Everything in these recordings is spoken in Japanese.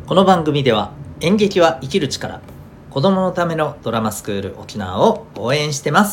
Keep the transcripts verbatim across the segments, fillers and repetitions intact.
この番組では演劇は生きる力、子どものためのドラマスクール沖縄を応援してます。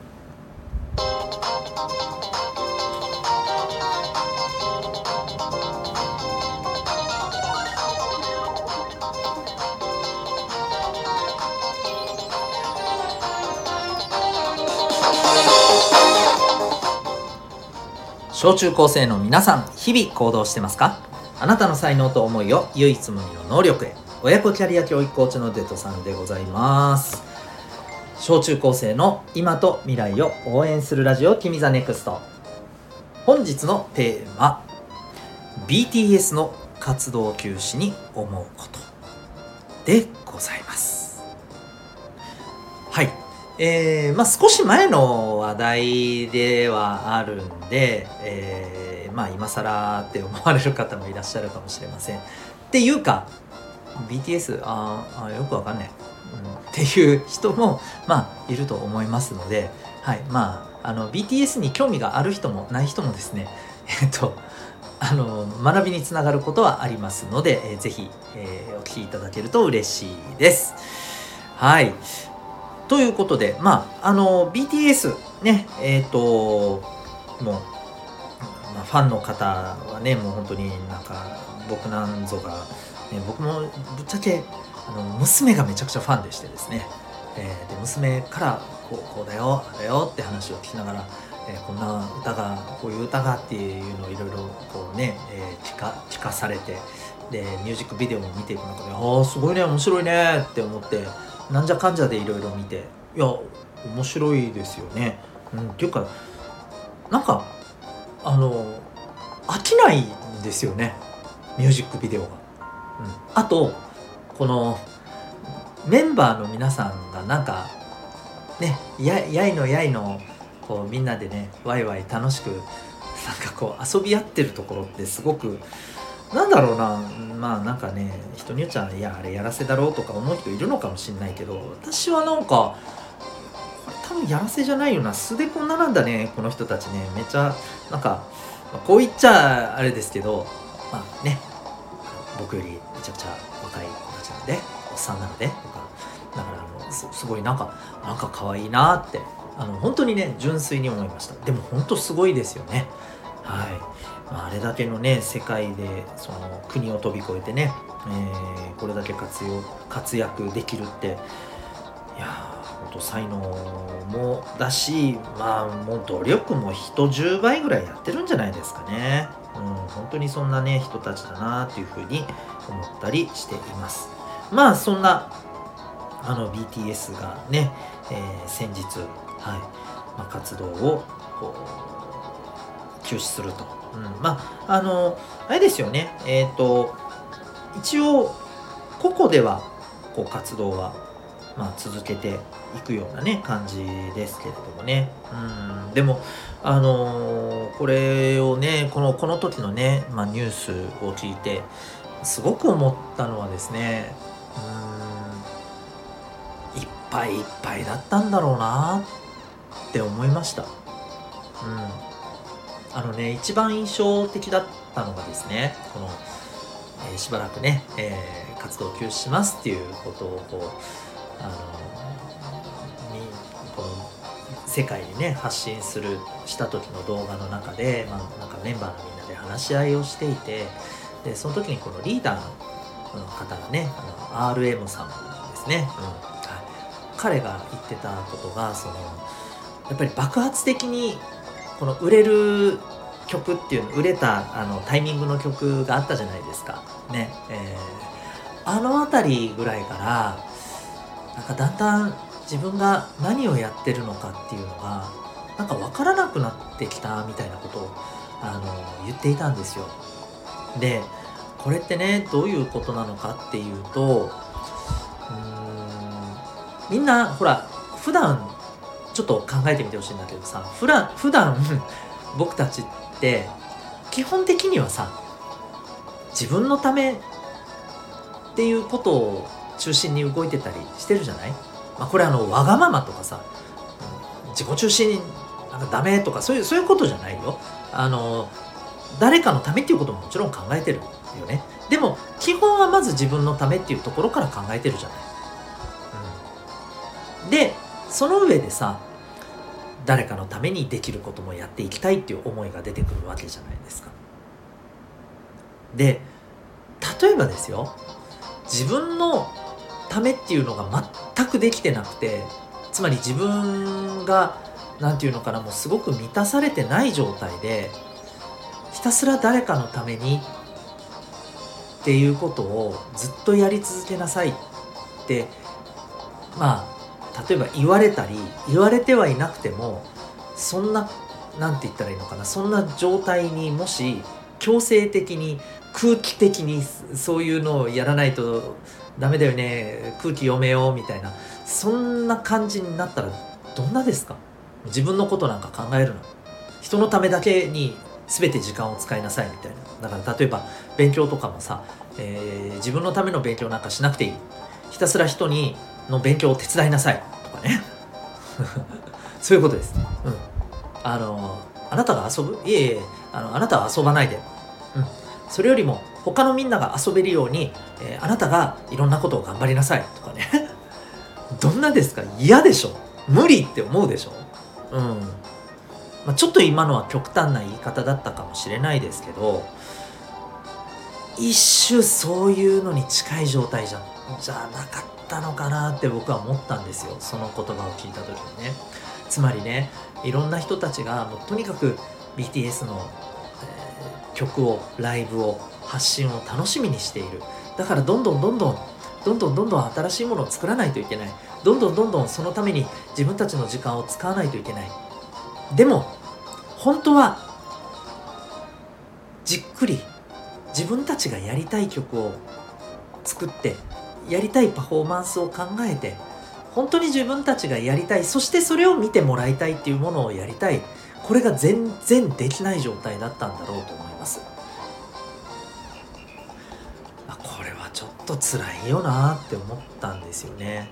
小中高生の皆さん、日々行動してますか？あなたの才能と思いを唯一無二の能力へ。親子キャリア教育コーチのデトさんでございます。小中高生の今と未来を応援するラジオ、君ザネクスト。本日のテーマ、 ビーティーエス の活動休止に思うことでございます。はい、えーまあ、少し前の話題ではあるんで、えーまあ、今更って思われる方もいらっしゃるかもしれません。っていうか ビーティーエス ああよくわかんない、うん、っていう人もまあいると思いますので、はい、まああの ビーティーエス に興味がある人もない人もですね、えっとあの学びにつながることはありますので、えー、ぜひ、えー、お聞きいただけると嬉しいです。はい、ということで、まああの ビーティーエス ね、えっともう、まあ、ファンの方はね、もう本当になんか僕なんぞが、ね、僕もぶっちゃけあの娘がめちゃくちゃファンでしてですね、えー、で娘からこう、こうだよあれよって話を聞きながら、えー、こんな歌がこういう歌がっていうのをいろいろこうね、えー、聞か聞かされて、でミュージックビデオも見ていく中で、ああすごいね面白いねって思って、なんじゃかんじゃでいろいろ見て、いや面白いですよね、うん、っていうかなんかあの飽きないんですよね、ミュージックビデオが、うん、あとこのメンバーの皆さんがなんかね、ややいのやいのこうみんなでねワイワイ楽しくなんかこう遊び合ってるところってすごくなんだろうな、まあなんかね、人によっちゃいやあれやらせだろうとか思う人いるのかもしれないけど、私はなんかこれ多分やらせじゃないよな、素でこんななんだねこの人たちね、めちゃなんかこう言っちゃあれですけど、まあね僕よりめちゃくちゃ若い子たちなんで、おっさんなのでとか、だからあの す, すごいなんかなんか可愛いなって、あの本当にね純粋に思いました。でも本当すごいですよね。はい、まあ、あれだけのね世界でその国を飛び越えてね、えー、これだけ活用活躍できるって、いや本当才能もだし、まあもう努力も人じゅうばいぐらいやってるんじゃないですかね。うん、本当にそんなね人たちだなっていうふうに思ったりしています。まあそんなあの ビーティーエス がね、えー、先日、はいまあ、活動をこう休止すると、うん、まああのあれですよね、えっと一応個々ではこう活動はまあ続けていくようなね感じですけれどもね、うん、でもあのーこれをねこのこの時のね、まあ、ニュースを聞いてすごく思ったのはですね、うん、いっぱいいっぱいだったんだろうなって思いました。うん、あのね一番印象的だったのがですね、この、えーしばらくね、えー活動休止しますっていうことをこうあのにこの世界にね発信するした時の動画の中で、まあ、なんかメンバーのみんなで話し合いをしていて、でその時にこのリーダーの方がね、あの アールエム さんですね、うんはい、彼が言ってたことが、そのやっぱり爆発的にこの売れる曲っていう売れたあのタイミングの曲があったじゃないですかね、えーあのあたりぐらいからなんかだんだん自分が何をやってるのかっていうのがなんか分からなくなってきたみたいなことをあの言っていたんですよ。でこれってねどういうことなのかっていうと、うーんみんなほら普段ちょっと考えてみてほしいんだけどさ、普段普段僕たちって基本的にはさ自分のためっていうことを中心に動いてたりしてるじゃない。まあ、これあのわがままとかさ、うん自己中心なんかダメとかそういうそういうことじゃないよ。あの誰かのためっていうことももちろん考えてるよね。でも基本はまず自分のためっていうところから考えてるじゃない、うん、でその上でさ、誰かのためにできることもやっていきたいっていう思いが出てくるわけじゃないですか。で例えばですよ、自分のためっていうのが全くできてなくて、つまり自分がなんていうのかな、もうすごく満たされてない状態でひたすら誰かのためにっていうことをずっとやり続けなさいってまあ例えば言われたり言われてはいなくても、そんななんて言ったらいいのかな、そんな状態にもし強制的に空気的にそういうのをやらないとダメだよね、空気読めようみたいな、そんな感じになったらどんなですか。自分のことなんか考えるの、人のためだけに全て時間を使いなさいみたいな。だから例えば勉強とかもさ、えー、自分のための勉強なんかしなくていい、ひたすら人にの勉強を手伝いなさいとかねそういうことです、うん、あのあなたが遊ぶ、いえいえ、あのあなたは遊ばないで、うん、それよりも他のみんなが遊べるように、えー、あなたがいろんなことを頑張りなさいとかねどんなですか、嫌でしょ、無理って思うでしょ、うん、まあ、ちょっと今のは極端な言い方だったかもしれないですけど、一種そういうのに近い状態じゃじゃなかったのかなって僕は思ったんですよ、その言葉を聞いた時にね。つまりね、いろんな人たちがもうとにかく ビーティーエス の、えー、曲をライブを発信を楽しみにしている。だからどんどんどんどんどんどんどんどん新しいものを作らないといけない、どんどんどんどんそのために自分たちの時間を使わないといけない。でも本当はじっくり自分たちがやりたい曲を作って、やりたいパフォーマンスを考えて、本当に自分たちがやりたい、そしてそれを見てもらいたいっていうものをやりたい、これが全然できない状態だったんだろうと思います。これはちょっと辛いよなって思ったんですよね。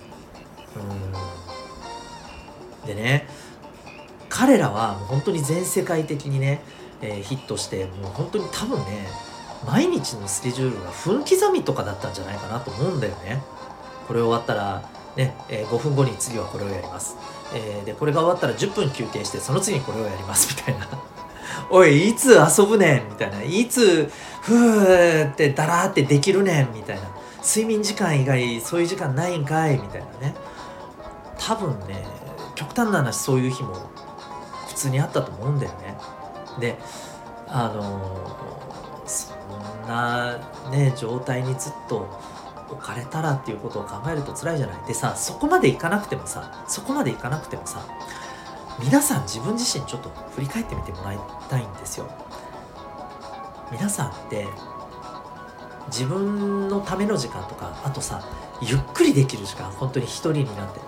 うんでね、彼らはもう本当に全世界的にね、えー、ヒットして、もう本当に多分ね、毎日のスケジュールが分刻みとかだったんじゃないかなと思うんだよね。これ終わったらね、えー、ごふんごに次はこれをやります、えー、でこれが終わったらじゅっぷん休憩してその次にこれをやりますみたいなおいいつ遊ぶねんみたいな、いつふーってだらーってできるねんみたいな、睡眠時間以外そういう時間ないんかいみたいなね。多分ね、極端な話そういう日も普通にあったと思うんだよね。であのー、そんなね状態にずっと置かれたらっていうことを考えると辛いじゃない。でさ、そこまでいかなくてもさそこまでいかなくてもさ皆さん自分自身ちょっと振り返ってみてもらいたいんですよ。皆さんって自分のための時間とか、あとさゆっくりできる時間、本当に一人になって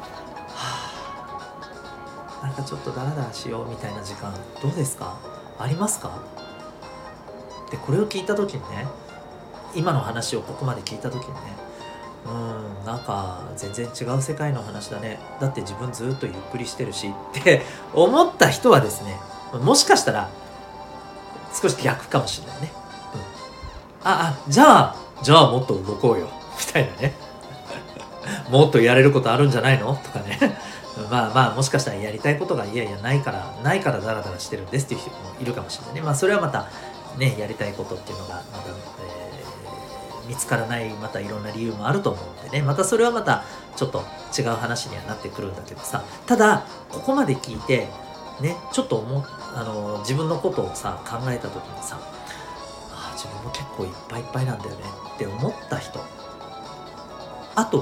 はぁなんかちょっとダラダラしようみたいな時間どうですか、ありますか。でこれを聞いた時にね、今の話をここまで聞いた時にね、うーんなんか全然違う世界の話だね、だって自分ずっとゆっくりしてるしって思った人はですね、もしかしたら少し逆かもしれないね、うん、ああじゃあじゃあもっと動こうよみたいなねもっとやれることあるんじゃないのとかねまあまあもしかしたらやりたいことがいやいやないからないからダラダラしてるんですっていう人もいるかもしれないね。まあそれはまたね、やりたいことっていうのがまた、えー、見つからないまたいろんな理由もあると思うんでね、またそれはまたちょっと違う話にはなってくるんだけどさ、ただここまで聞いてね、ちょっと思あの自分のことをさ考えた時にさ、あ自分も結構いっぱいいっぱいなんだよねって思った人、あと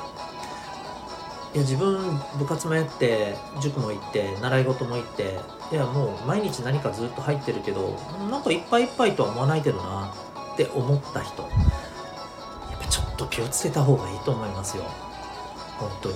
はいや自分部活もやって塾も行って習い事も行って、いやもう毎日何かずっと入ってるけどなんかいっぱいいっぱいとは思わないけどなって思った人、やっぱちょっと気をつけた方がいいと思いますよ本当に、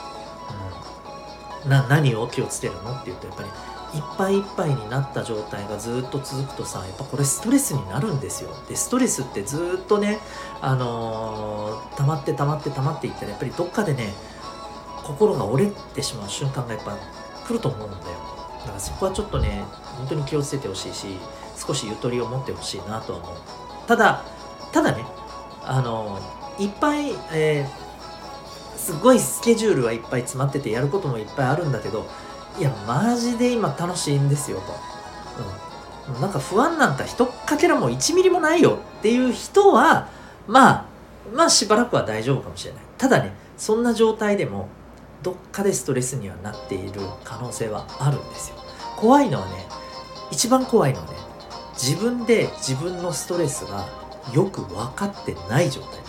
うん、な何を気をつけるのっていうと、やっぱりいっぱいいっぱいになった状態がずっと続くとさ、やっぱこれストレスになるんですよ。でストレスってずっとね、あのー、溜まって溜まって溜まっていったらやっぱりどっかでね心が折れてしまう瞬間がやっぱ来ると思うんだよ。だからそこはちょっとね本当に気をつけてほしいし、少しゆとりを持ってほしいなとは思う。ただただね、 あのいっぱい、えー、すごいスケジュールはいっぱい詰まっててやることもいっぱいあるんだけど、いやマジで今楽しいんですよと、うん、なんか不安なんか一かけらもいちミリもないよっていう人はまあまあしばらくは大丈夫かもしれない。ただね、そんな状態でもどっかでストレスにはなっている可能性はあるんですよ。怖いのはね、一番怖いのはね、自分で自分のストレスがよく分かってない状態なんです。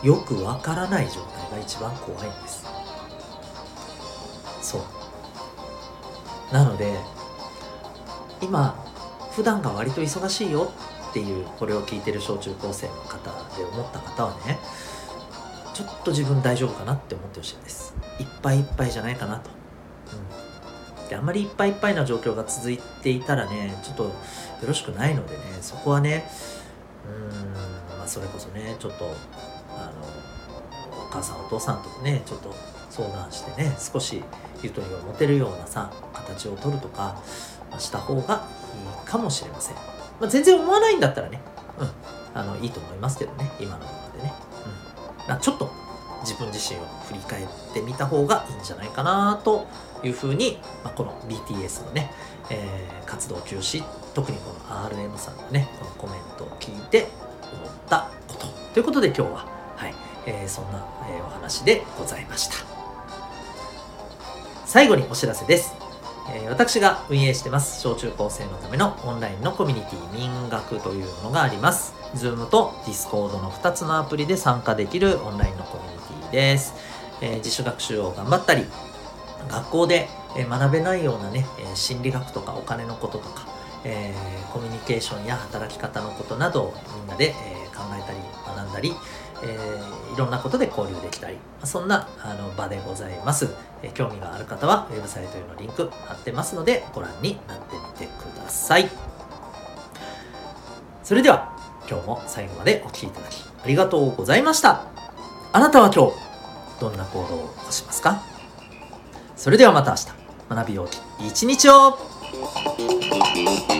よく分からない状態が一番怖いんです。そうなので、今普段が割と忙しいよっていう、これを聞いてる小中高生の方で思った方はね、ちょっと自分大丈夫かなって思ってほしいんです。いっぱいいっぱいじゃないかなと、うん、であんまりいっぱいいっぱいな状況が続いていたらね、ちょっとよろしくないのでね、そこはね、うーんまあそれこそね、ちょっとあのお母さんお父さんとねちょっと相談してね、少しゆとりを持てるようなさ形を取るとかした方がいいかもしれません。まあ、全然思わないんだったらね、うん、あのいいと思いますけどね、今のままでね、うん、ちょっと自分自身を振り返ってみた方がいいんじゃないかなというふうに、まあ、この ビーティーエス のね、えー、活動休止、特にこの アールエム さんのねこのコメントを聞いて思ったことということで、今日は、はいえー、そんな、えー、お話でございました。最後にお知らせです。えー、私が運営してます小中高生のためのオンラインのコミュニティ民学というものがあります。 Zoom と Discord のふたつのアプリで参加できるオンラインのコミュニティです。えー、自主学習を頑張ったり、学校で学べないようなね心理学とかお金のこととか、えー、コミュニケーションや働き方のことなどをみんなで、えー、考えたり学んだり、えー、いろんなことで交流できたり、そんなあの場でございます。えー、興味がある方はウェブサイトへのリンク貼ってますのでご覧になってみてください。それでは今日も最後までお聞きいただきありがとうございました。あなたは今日どんな行動を起こしますか？それではまた明日、学びようき一日を。